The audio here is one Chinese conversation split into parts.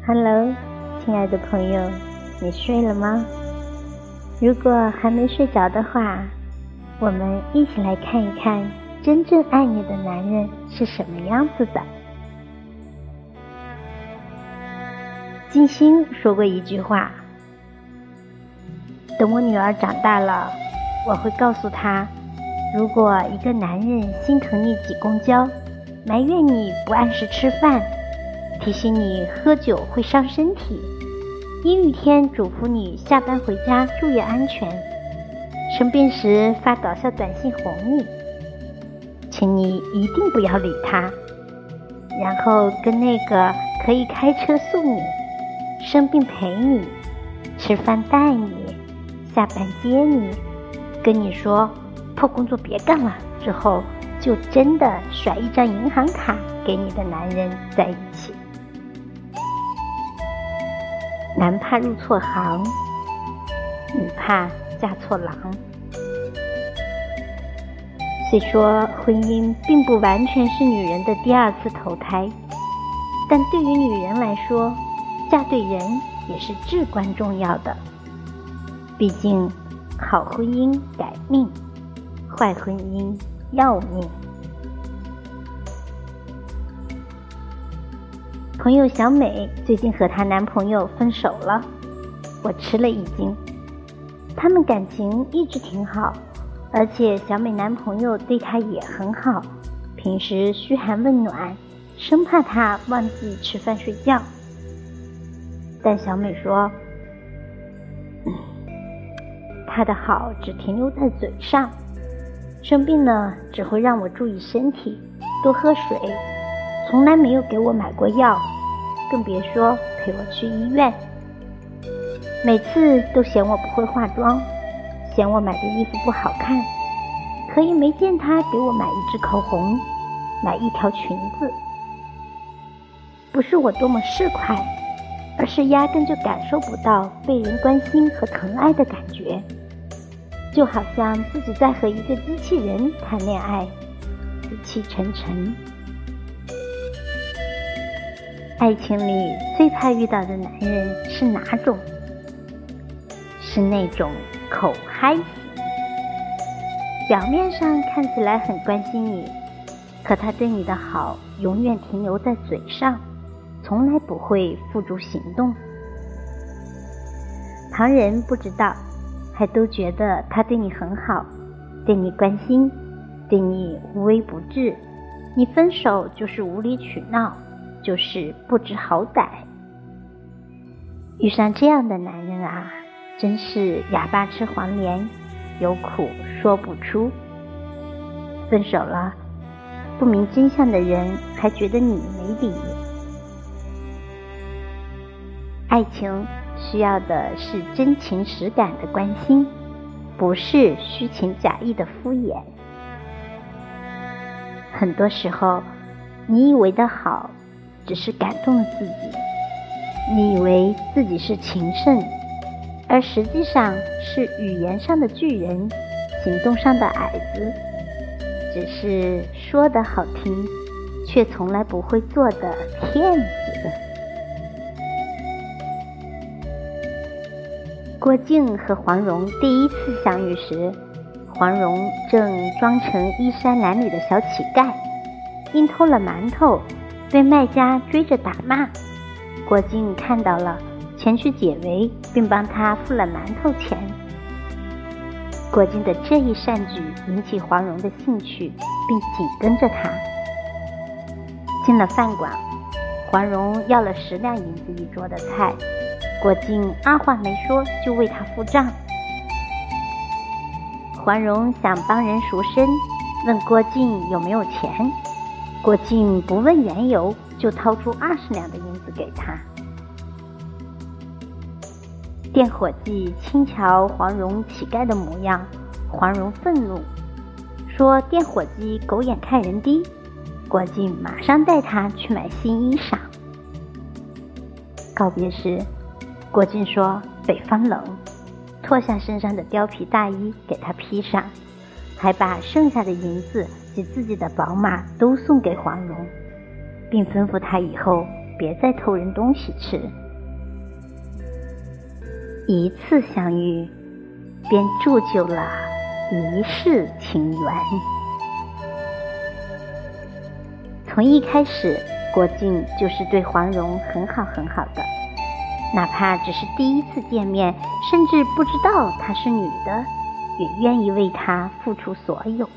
Hello， 亲爱的朋友，你睡了吗？如果还没睡着的话，我们一起来看一看真正爱你的男人是什么样子的。金星说过一句话，等我女儿长大了，我会告诉她，如果一个男人心疼你挤公交，埋怨你不按时吃饭，提醒你喝酒会伤身体，阴雨天嘱咐你下班回家注意安全，生病时发搞笑短信哄你，请你一定不要理他，然后跟那个可以开车送你，生病陪你，吃饭带你，下班接你，跟你说破工作别干了之后，就真的甩一张银行卡给你的男人在一起。男怕入错行，女怕嫁错郎。虽说婚姻并不完全是女人的第二次投胎，但对于女人来说，嫁对人也是至关重要的。毕竟好婚姻改命，坏婚姻要命。朋友小美最近和她男朋友分手了，我吃了一惊。他们感情一直挺好，而且小美男朋友对她也很好，平时嘘寒问暖，生怕她忘记吃饭睡觉。但小美说，他的好只停留在嘴上，生病了只会让我注意身体，多喝水，从来没有给我买过药，更别说陪我去医院。每次都嫌我不会化妆，嫌我买的衣服不好看，可以没见他给我买一支口红，买一条裙子。不是我多么市侩，而是压根就感受不到被人关心和疼爱的感觉，就好像自己在和一个机器人谈恋爱，死气沉沉。爱情里最怕遇到的男人是哪种？是那种口嗨型，表面上看起来很关心你，可他对你的好永远停留在嘴上，从来不会付诸行动。旁人不知道，还都觉得他对你很好，对你关心，对你无微不至，你分手就是无理取闹，就是不知好歹。遇上这样的男人啊，真是哑巴吃黄连，有苦说不出。分手了，不明真相的人还觉得你没理。爱情需要的是真情实感的关心，不是虚情假意的敷衍。很多时候，你以为的好，只是感动了自己，你以为自己是情圣，而实际上是语言上的巨人，行动上的矮子，只是说得好听，却从来不会做的骗子。郭靖和黄蓉第一次相遇时，黄蓉正装成衣衫褴褛的小乞丐，因偷了馒头被卖家追着打骂。郭靖看到了，前去解围，并帮他付了馒头钱。郭靖的这一善举引起黄蓉的兴趣，并紧跟着他。进了饭馆，黄蓉要了10两银子一桌的菜，郭靖二话没说就为他付账。黄蓉想帮人赎身，问郭靖有没有钱，郭靖不问缘由，就掏出20两的银子给他。店伙计轻瞧黄蓉乞丐的模样，黄蓉愤怒，说店伙计狗眼看人低。郭靖马上带他去买新衣裳。告别时，郭靖说北方冷，脱下身上的貂皮大衣给他披上，还把剩下的银子及自己的宝马都送给黄蓉，并吩咐他以后别再偷人东西吃。一次相遇，便铸就了一世情缘。从一开始，郭靖就是对黄蓉很好的，哪怕只是第一次见面，甚至不知道她是女的，也愿意为她付出所有。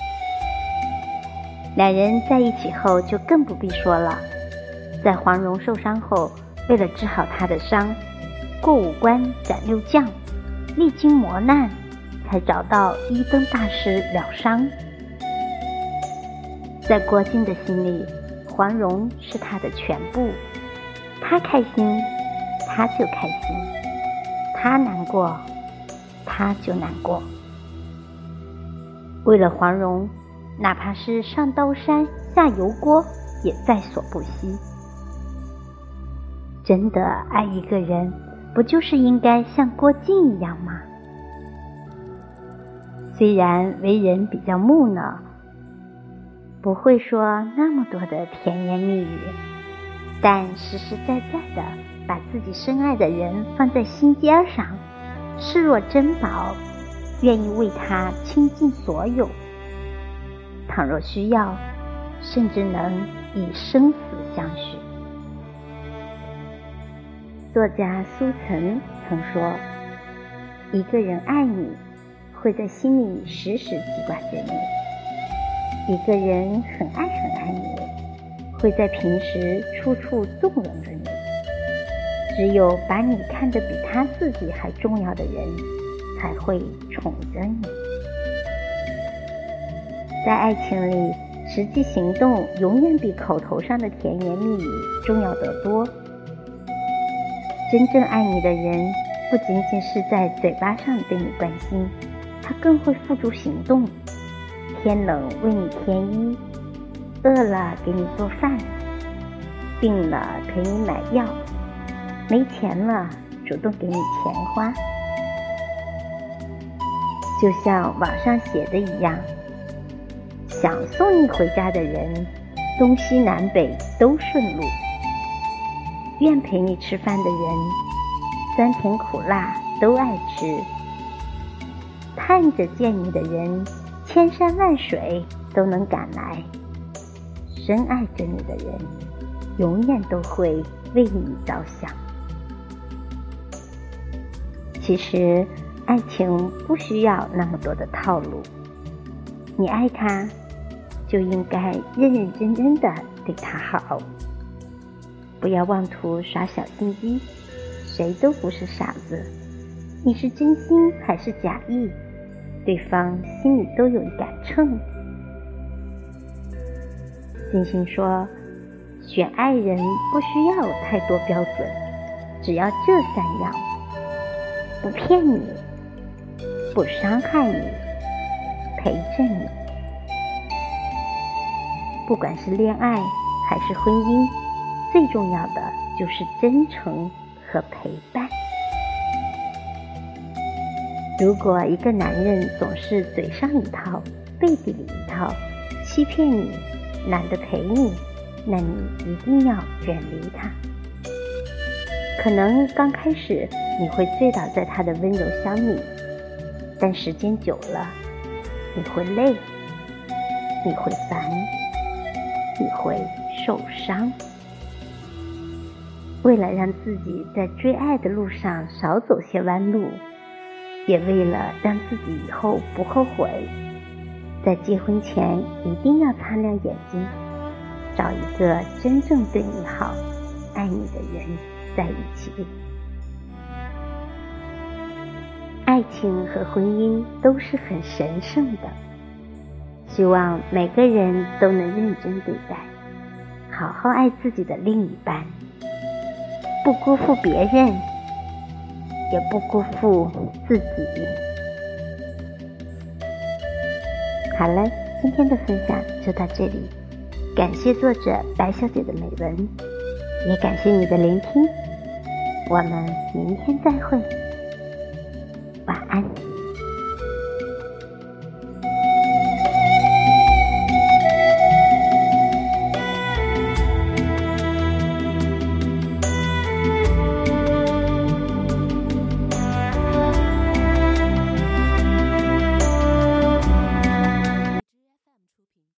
两人在一起后就更不必说了，在黄蓉受伤后，为了治好她的伤，过五关斩六将，历经磨难，才找到一灯大师疗伤。在郭靖的心里，黄蓉是他的全部，他开心他就开心，他难过他就难过。为了黄蓉，哪怕是上刀山下油锅也在所不惜。真的爱一个人，不就是应该像郭靖一样吗？虽然为人比较木讷，不会说那么多的甜言蜜语，但实实在在的把自己深爱的人放在心尖上，视若珍宝，愿意为他倾尽所有，倘若需要，甚至能以生死相许。作家苏岑曾说，一个人爱你，会在心里时时记挂着你；一个人很爱你，会在平时处处纵容着你。只有把你看得比他自己还重要的人，才会宠着你。在爱情里，实际行动永远比口头上的甜言蜜语重要得多。真正爱你的人，不仅仅是在嘴巴上对你关心，他更会付诸行动。天冷为你添衣，饿了给你做饭，病了陪你买药，没钱了主动给你钱花。就像网上写的一样，想送你回家的人，东西南北都顺路；愿陪你吃饭的人，酸甜苦辣都爱吃；盼着见你的人，千山万水都能赶来。深爱着你的人，永远都会为你着想。其实爱情不需要那么多的套路，你爱他，就应该认认真真的对他好，不要妄图耍小心机。谁都不是傻子，你是真心还是假意，对方心里都有一杆秤。金星说，选爱人不需要太多标准，只要这3样：不骗你，不伤害你，陪着你。不管是恋爱还是婚姻，最重要的就是真诚和陪伴。如果一个男人总是嘴上一套，背地里一套，欺骗你，懒得陪你，那你一定要远离他。可能刚开始你会醉倒在他的温柔乡里，但时间久了，你会累，你会烦，你会受伤。为了让自己在追爱的路上少走些弯路，也为了让自己以后不后悔，在结婚前一定要擦亮眼睛，找一个真正对你好、爱你的人在一起。爱情和婚姻都是很神圣的，希望每个人都能认真对待，好好爱自己的另一半，不辜负别人，也不辜负自己。好了，今天的分享就到这里，感谢作者白小姐的美文，也感谢你的聆听，我们明天再会。